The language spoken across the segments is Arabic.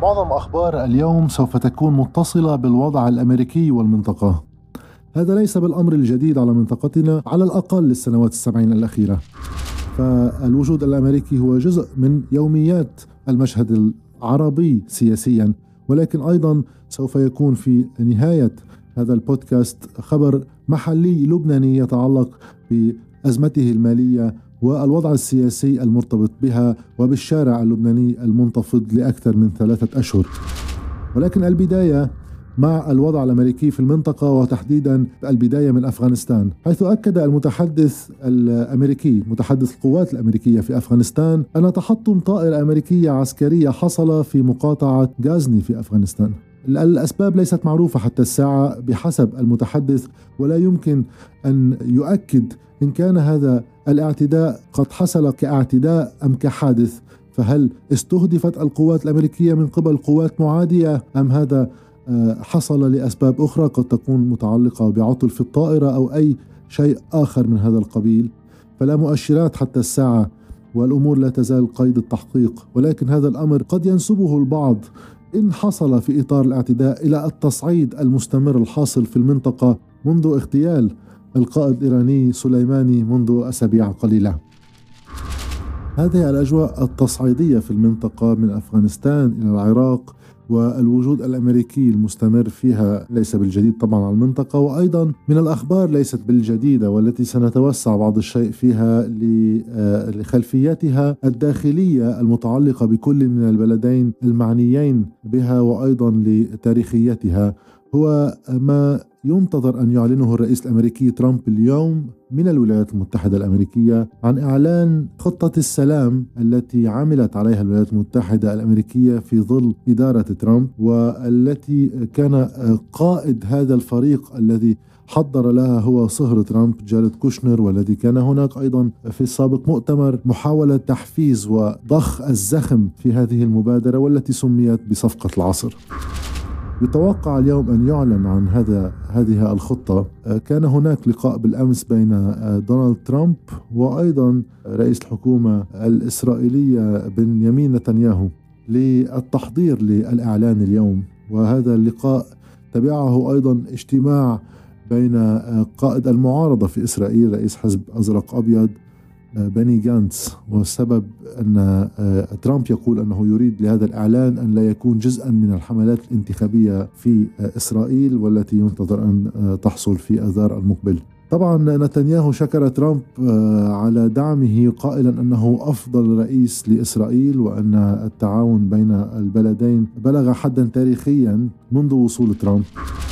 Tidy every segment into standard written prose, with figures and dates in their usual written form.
معظم أخبار اليوم سوف تكون متصلة بالوضع الأمريكي والمنطقة. هذا ليس بالأمر الجديد على منطقتنا على الأقل للسنوات 70 الأخيرة. فالوجود الأمريكي هو جزء من يوميات المشهد العربي سياسيا، ولكن أيضا سوف يكون في نهاية هذا البودكاست خبر محلي لبناني يتعلق بأزمته المالية والوضع السياسي المرتبط بها وبالشارع اللبناني المنتفض لأكثر من 3 أشهر. ولكن البداية مع الوضع الأمريكي في المنطقة، وتحديدا البداية من أفغانستان، حيث أكد المتحدث الأمريكي متحدث القوات الأمريكية في أفغانستان أن تحطم طائرة أمريكية عسكرية حصل في مقاطعة غازني في أفغانستان. الأسباب ليست معروفة حتى الساعة بحسب المتحدث، ولا يمكن أن يؤكد إن كان هذا الاعتداء قد حصل كاعتداء أم كحادث. فهل استهدفت القوات الأمريكية من قبل قوات معادية، أم هذا حصل لأسباب أخرى قد تكون متعلقة بعطل في الطائرة أو أي شيء آخر من هذا القبيل؟ فلا مؤشرات حتى الساعة، والأمور لا تزال قيد التحقيق. ولكن هذا الأمر قد ينسبه البعض إن حصل في إطار الاعتداء إلى التصعيد المستمر الحاصل في المنطقة منذ اغتيال القائد الإيراني سليماني منذ أسابيع قليلة. هذه الأجواء التصعيدية في المنطقة من أفغانستان إلى العراق، والوجود الأمريكي المستمر فيها ليس بالجديد طبعا على المنطقة، وأيضا من الأخبار ليست بالجديدة والتي سنتوسع بعض الشيء فيها لخلفياتها الداخلية المتعلقة بكل من البلدين المعنيين بها، وأيضا لتاريخيتها، هو ما ينتظر أن يعلنه الرئيس الأمريكي ترامب اليوم من الولايات المتحدة الأمريكية عن إعلان خطة السلام التي عملت عليها الولايات المتحدة الأمريكية في ظل إدارة ترامب، والتي كان قائد هذا الفريق الذي حضر لها هو صهر ترامب جاريد كوشنر، والذي كان هناك أيضا في السابق مؤتمر محاولة تحفيز وضخ الزخم في هذه المبادرة والتي سميت بصفقة العصر. يتوقع اليوم أن يعلن عن هذه الخطة. كان هناك لقاء بالأمس بين دونالد ترامب وأيضا رئيس الحكومة الإسرائيلية بنيامين نتنياهو للتحضير للإعلان اليوم، وهذا اللقاء تبعه أيضا اجتماع بين قائد المعارضة في إسرائيل رئيس حزب أزرق أبيض بني جانتس. والسبب أن ترامب يقول أنه يريد لهذا الإعلان أن لا يكون جزءا من الحملات الانتخابية في إسرائيل والتي ينتظر أن تحصل في آذار المقبل. طبعا نتنياهو شكر ترامب على دعمه قائلا أنه أفضل رئيس لإسرائيل، وأن التعاون بين البلدين بلغ حدا تاريخيا منذ وصول ترامب.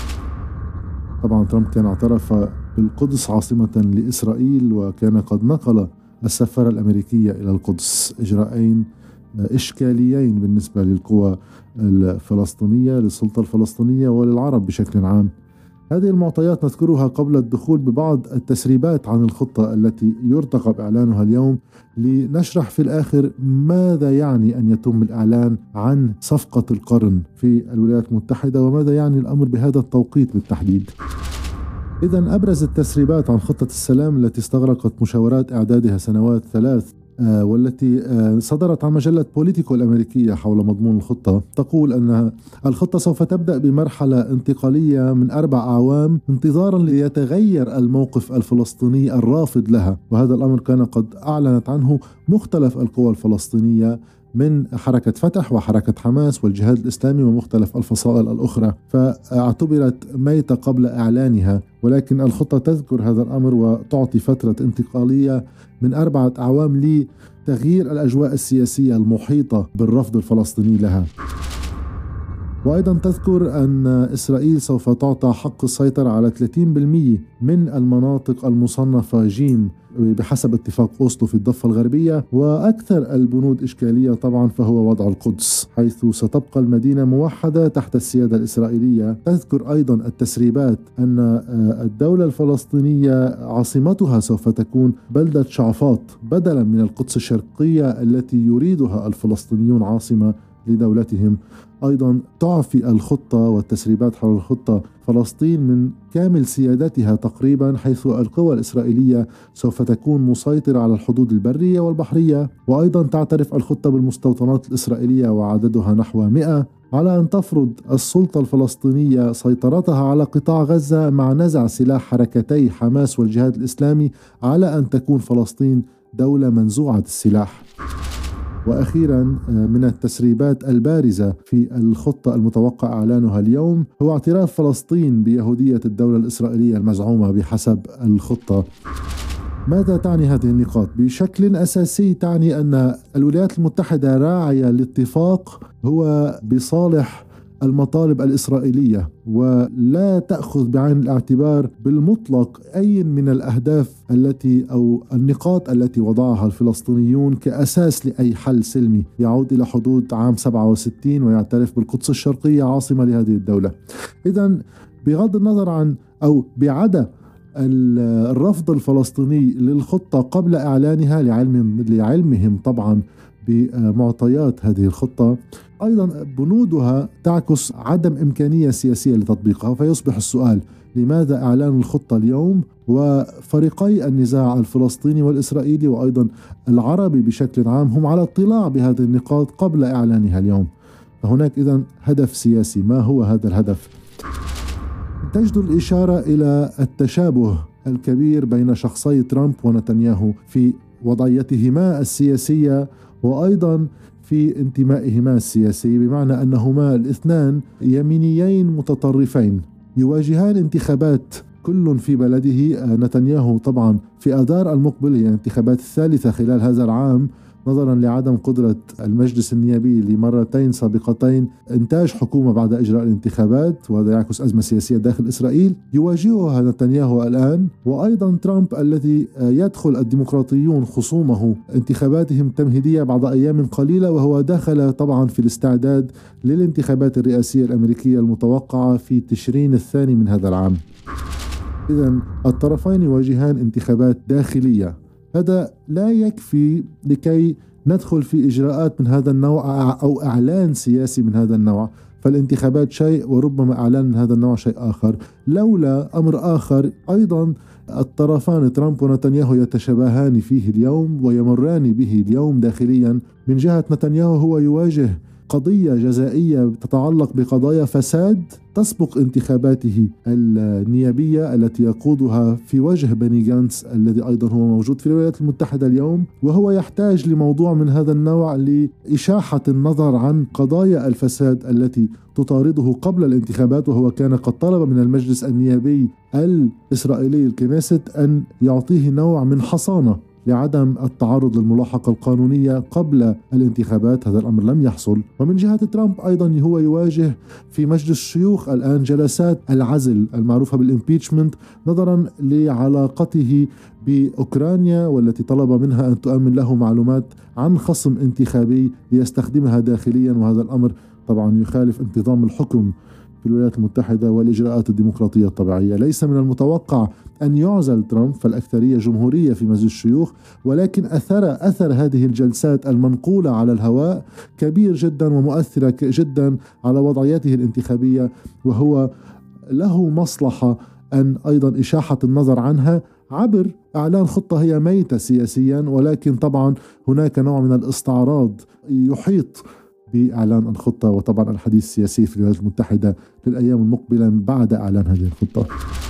طبعا ترامب كان اعترف بالقدس عاصمة لإسرائيل، وكان قد نقل السفارة الأمريكية إلى القدس، إجراءين إشكاليين بالنسبة للقوى الفلسطينية، للسلطة الفلسطينية وللعرب بشكل عام. هذه المعطيات نذكرها قبل الدخول ببعض التسريبات عن الخطة التي يرتقب إعلانها اليوم، لنشرح في الآخر ماذا يعني أن يتم الإعلان عن صفقة القرن في الولايات المتحدة، وماذا يعني الأمر بهذا التوقيت بالتحديد. إذن أبرز التسريبات عن خطة السلام التي استغرقت مشاورات إعدادها سنوات 3 والتي صدرت عن مجلة بوليتيكو الأمريكية حول مضمون الخطة، تقول أن الخطة سوف تبدأ بمرحلة انتقالية من 4 أعوام انتظارا ليتغير الموقف الفلسطيني الرافض لها، وهذا الأمر كان قد أعلنت عنه مختلف القوى الفلسطينية من حركة فتح وحركة حماس والجهاد الإسلامي ومختلف الفصائل الأخرى، فاعتبرت ميتة قبل إعلانها. ولكن الخطة تذكر هذا الأمر وتعطي فترة انتقالية من 4 أعوام لتغيير الأجواء السياسية المحيطة بالرفض الفلسطيني لها. وأيضا تذكر أن إسرائيل سوف تعطى حق السيطرة على 30% من المناطق المصنفة جيم بحسب اتفاق أوسلو في الضفة الغربية. وأكثر البنود إشكالية طبعا فهو وضع القدس، حيث ستبقى المدينة موحدة تحت السيادة الإسرائيلية. تذكر أيضا التسريبات أن الدولة الفلسطينية عاصمتها سوف تكون بلدة شعفاط بدلا من القدس الشرقية التي يريدها الفلسطينيون عاصمة لدولتهم. أيضا تعفي الخطة والتسريبات حول الخطة فلسطين من كامل سيادتها تقريبا، حيث القوى الإسرائيلية سوف تكون مسيطرة على الحدود البرية والبحرية. وأيضا تعترف الخطة بالمستوطنات الإسرائيلية وعددها نحو 100، على أن تفرض السلطة الفلسطينية سيطرتها على قطاع غزة مع نزع سلاح حركتي حماس والجهاد الإسلامي، على أن تكون فلسطين دولة منزوعة السلاح. وأخيرا من التسريبات البارزة في الخطة المتوقع إعلانها اليوم هو اعتراف فلسطين بيهودية الدولة الإسرائيلية المزعومة بحسب الخطة. ماذا تعني هذه النقاط؟ بشكل أساسي تعني أن الولايات المتحدة راعية الاتفاق هو بصالح المطالب الإسرائيلية، ولا تأخذ بعين الاعتبار بالمطلق أي من الأهداف التي أو النقاط التي وضعها الفلسطينيون كأساس لأي حل سلمي يعود إلى حدود عام 67 ويعترف بالقدس الشرقية عاصمة لهذه الدولة. إذن بغض النظر عن أو بعدا الرفض الفلسطيني للخطة قبل إعلانها لعلمهم طبعا بمعطيات هذه الخطة، أيضا بنودها تعكس عدم إمكانية سياسية لتطبيقها. فيصبح السؤال: لماذا إعلان الخطة اليوم؟ وفريقي النزاع الفلسطيني والإسرائيلي وأيضا العربي بشكل عام هم على اطلاع بهذه النقاط قبل إعلانها اليوم. فهناك إذن هدف سياسي. ما هو هذا الهدف؟ تجدر الإشارة إلى التشابه الكبير بين شخصي ترامب ونتنياهو في وضعيتهما السياسية وأيضا في انتمائهما السياسي، بمعنى أنهما الاثنان يمينيين متطرفين يواجهان انتخابات كل في بلده. نتنياهو طبعا في آذار المقبل، هي الانتخابات الثالثة خلال هذا العام، نظرا لعدم قدرة المجلس النيابي لمرتين سابقتين إنتاج حكومة بعد إجراء الانتخابات، وهذا يعكس أزمة سياسية داخل إسرائيل يواجهها نتنياهو الآن. وأيضا ترامب الذي يدخل الديمقراطيون خصومه انتخاباتهم التمهيدية بعد أيام قليلة، وهو دخل طبعا في الاستعداد للانتخابات الرئاسية الأمريكية المتوقعة في تشرين الثاني من هذا العام. إذن الطرفين يواجهان انتخابات داخلية. هذا لا يكفي لكي ندخل في إجراءات من هذا النوع أو إعلان سياسي من هذا النوع. فالانتخابات شيء وربما إعلان من هذا النوع شيء آخر، لولا أمر آخر أيضا الطرفان ترامب ونتنياهو يتشابهان فيه اليوم ويمران به اليوم داخليا. من جهة نتنياهو هو يواجه قضية جزائية تتعلق بقضايا فساد تسبق انتخاباته النيابية التي يقودها في وجه بني جانتس الذي أيضا هو موجود في الولايات المتحدة اليوم، وهو يحتاج لموضوع من هذا النوع لإشاحة النظر عن قضايا الفساد التي تطارده قبل الانتخابات. وهو كان قد طلب من المجلس النيابي الإسرائيلي الكنيست أن يعطيه نوع من حصانة لعدم التعرض للملاحقة القانونية قبل الانتخابات. هذا الأمر لم يحصل. ومن جهة ترامب أيضا هو يواجه في مجلس الشيوخ الآن جلسات العزل المعروفة بالإمبيتشمنت، نظرا لعلاقته بأوكرانيا والتي طلب منها أن تؤمن له معلومات عن خصم انتخابي ليستخدمها داخليا. وهذا الأمر طبعا يخالف انتظام الحكم في الولايات المتحدة والإجراءات الديمقراطية الطبيعية. ليس من المتوقع أن يعزل ترامب، فالأكثرية جمهورية في مجلس الشيوخ، ولكن أثر هذه الجلسات المنقولة على الهواء كبير جدا ومؤثرة جدا على وضعيته الانتخابية، وهو له مصلحة أن أيضا إشاحة النظر عنها عبر إعلان خطة هي ميتة سياسيا، ولكن طبعا هناك نوع من الاستعراض يحيط بإعلان الخطة وطبعا الحديث السياسي في الولايات المتحدة للأيام المقبلة بعد إعلان هذه الخطة.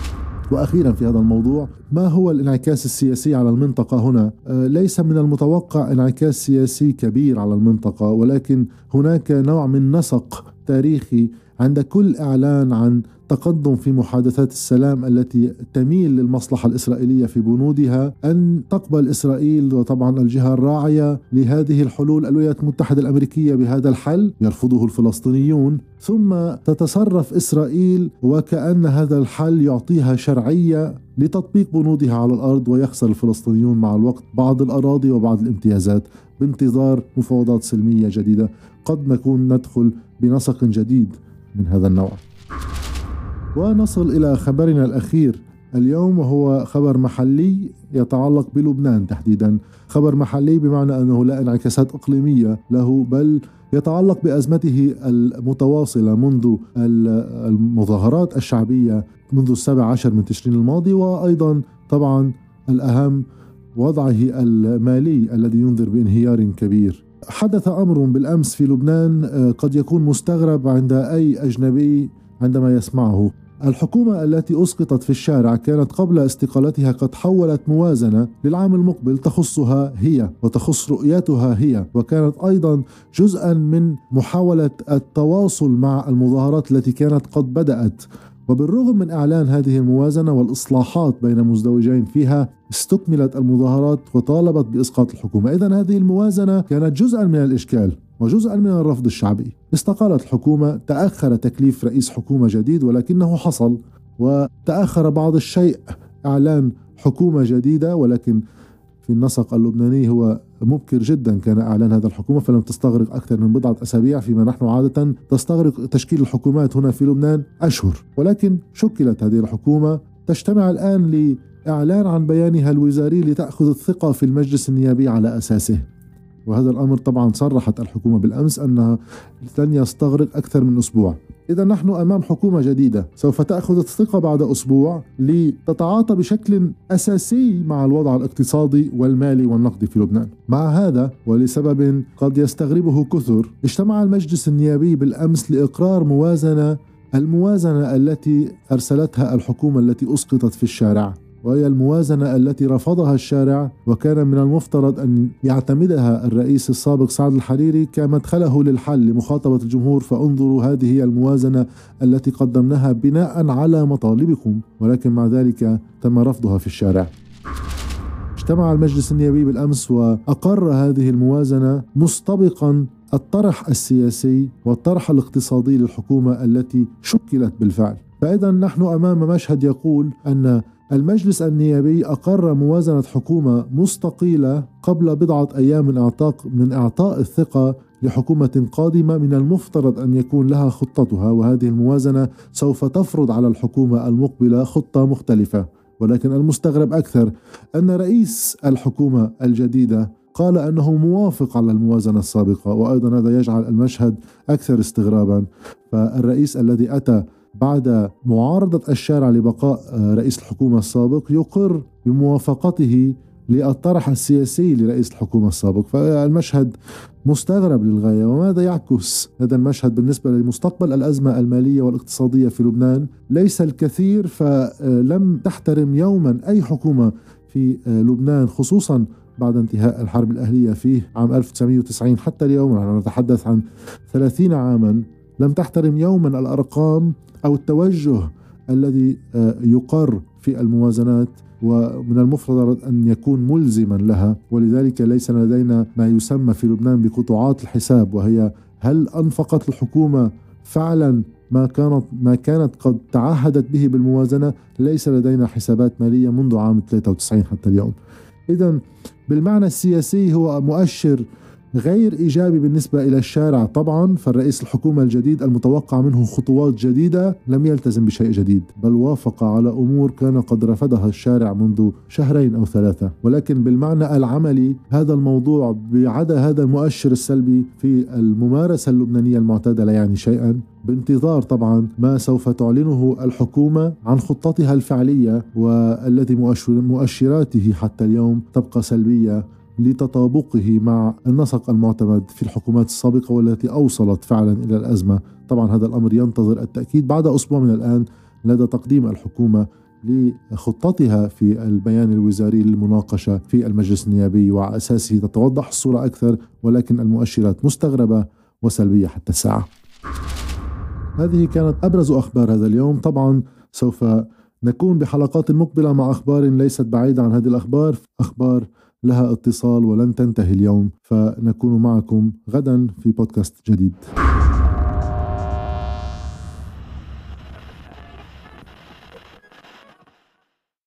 وأخيرا في هذا الموضوع، ما هو الانعكاس السياسي على المنطقة هنا؟ ليس من المتوقع انعكاس سياسي كبير على المنطقة، ولكن هناك نوع من نسق تاريخي عند كل إعلان عن تقدم في محادثات السلام التي تميل للمصلحة الإسرائيلية في بنودها، أن تقبل إسرائيل وطبعا الجهة الراعية لهذه الحلول الولايات المتحدة الأمريكية بهذا الحل يرفضه الفلسطينيون، ثم تتصرف إسرائيل وكأن هذا الحل يعطيها شرعية لتطبيق بنودها على الأرض، ويخسر الفلسطينيون مع الوقت بعض الأراضي وبعض الامتيازات بانتظار مفاوضات سلمية جديدة. قد نكون ندخل بنسق جديد من هذا النوع. ونصل إلى خبرنا الأخير اليوم، وهو خبر محلي يتعلق بلبنان تحديدا. خبر محلي بمعنى أنه لا انعكاسات إقليمية له، بل يتعلق بأزمته المتواصلة منذ المظاهرات الشعبية منذ 17 من تشرين الماضي، وأيضا طبعا الأهم وضعه المالي الذي ينذر بانهيار كبير. حدث أمر بالأمس في لبنان قد يكون مستغرب عند أي أجنبي عندما يسمعه. الحكومة التي أسقطت في الشارع كانت قبل استقالتها قد حولت موازنة للعام المقبل تخصها هي وتخص رؤيتها هي، وكانت أيضا جزءا من محاولة التواصل مع المظاهرات التي كانت قد بدأت. وبالرغم من إعلان هذه الموازنة والإصلاحات بين مزدوجين فيها، استكملت المظاهرات وطالبت بإسقاط الحكومة. إذن هذه الموازنة كانت جزءا من الإشكال وجزءا من الرفض الشعبي. استقالت الحكومة، تأخر تكليف رئيس حكومة جديد ولكنه حصل، وتأخر بعض الشيء إعلان حكومة جديدة، ولكن في النسق اللبناني هو مبكر جدا كان إعلان هذا الحكومة، فلم تستغرق أكثر من بضعة أسابيع، فيما نحن عادة تستغرق تشكيل الحكومات هنا في لبنان أشهر. ولكن شكلت هذه الحكومة، تجتمع الآن لإعلان عن بيانها الوزاري لتأخذ الثقة في المجلس النيابي على أساسه. وهذا الأمر طبعا صرحت الحكومة بالأمس أنها لن يستغرق أكثر من أسبوع. إذا نحن أمام حكومة جديدة سوف تأخذ الثقة بعد أسبوع لتتعاطى بشكل أساسي مع الوضع الاقتصادي والمالي والنقدي في لبنان. مع هذا ولسبب قد يستغربه كثر، اجتمع المجلس النيابي بالأمس لإقرار الموازنة التي أرسلتها الحكومة التي أسقطت في الشارع، وهي الموازنة التي رفضها الشارع، وكان من المفترض أن يعتمدها الرئيس السابق سعد الحريري كمدخله للحل لمخاطبة الجمهور. فانظروا، هذه هي الموازنة التي قدمناها بناء على مطالبكم، ولكن مع ذلك تم رفضها في الشارع. اجتمع المجلس النيابي بالأمس وأقر هذه الموازنة مستبقا الطرح السياسي والطرح الاقتصادي للحكومة التي شكلت بالفعل. فإذا نحن أمام مشهد يقول أن المجلس النيابي أقر موازنة حكومة مستقيلة قبل بضعة أيام من إعطاء الثقة لحكومة قادمة من المفترض أن يكون لها خطتها، وهذه الموازنة سوف تفرض على الحكومة المقبلة خطة مختلفة. ولكن المستغرب أكثر أن رئيس الحكومة الجديدة قال أنه موافق على الموازنة السابقة، وأيضا هذا يجعل المشهد أكثر استغرابا. فالرئيس الذي أتى بعد معارضة الشارع لبقاء رئيس الحكومة السابق يقر بموافقته للطرح السياسي لرئيس الحكومة السابق. فالمشهد مستغرب للغاية. وماذا يعكس هذا المشهد بالنسبة لمستقبل الأزمة المالية والاقتصادية في لبنان؟ ليس الكثير، فلم تحترم يوما أي حكومة في لبنان، خصوصا بعد انتهاء الحرب الأهلية فيه عام 1990 حتى اليوم، نحن نتحدث عن 30 عاما، لم تحترم يوما الأرقام أو التوجه الذي يقر في الموازنات، ومن المفترض أن يكون ملزما لها. ولذلك ليس لدينا ما يسمى في لبنان بقطاعات الحساب، وهي هل أنفقت الحكومة فعلا ما كانت قد تعهدت به بالموازنة؟ ليس لدينا حسابات مالية منذ عام 93 حتى اليوم. إذن بالمعنى السياسي هو مؤشر غير إيجابي بالنسبة إلى الشارع طبعا. فالرئيس الحكومة الجديد المتوقع منه خطوات جديدة لم يلتزم بشيء جديد، بل وافق على أمور كان قد رفضها الشارع منذ شهرين أو 3. ولكن بالمعنى العملي هذا الموضوع بعدا هذا المؤشر السلبي في الممارسة اللبنانية المعتادة لا يعني شيئا، بانتظار طبعا ما سوف تعلنه الحكومة عن خطتها الفعلية، والتي مؤشراته حتى اليوم تبقى سلبية لتطابقه مع النسق المعتمد في الحكومات السابقة والتي أوصلت فعلا إلى الأزمة. طبعا هذا الأمر ينتظر التأكيد بعد أسبوع من الآن لدى تقديم الحكومة لخطتها في البيان الوزاري للمناقشة في المجلس النيابي، وعلى أساسه تتوضح الصورة أكثر، ولكن المؤشرات مستغربة وسلبية حتى الساعة. هذه كانت أبرز أخبار هذا اليوم. طبعا سوف نكون بحلقات مقبلة مع أخبار ليست بعيدة عن هذه الأخبار، أخبار لها اتصال ولن تنتهي اليوم، فنكون معكم غدا في بودكاست جديد.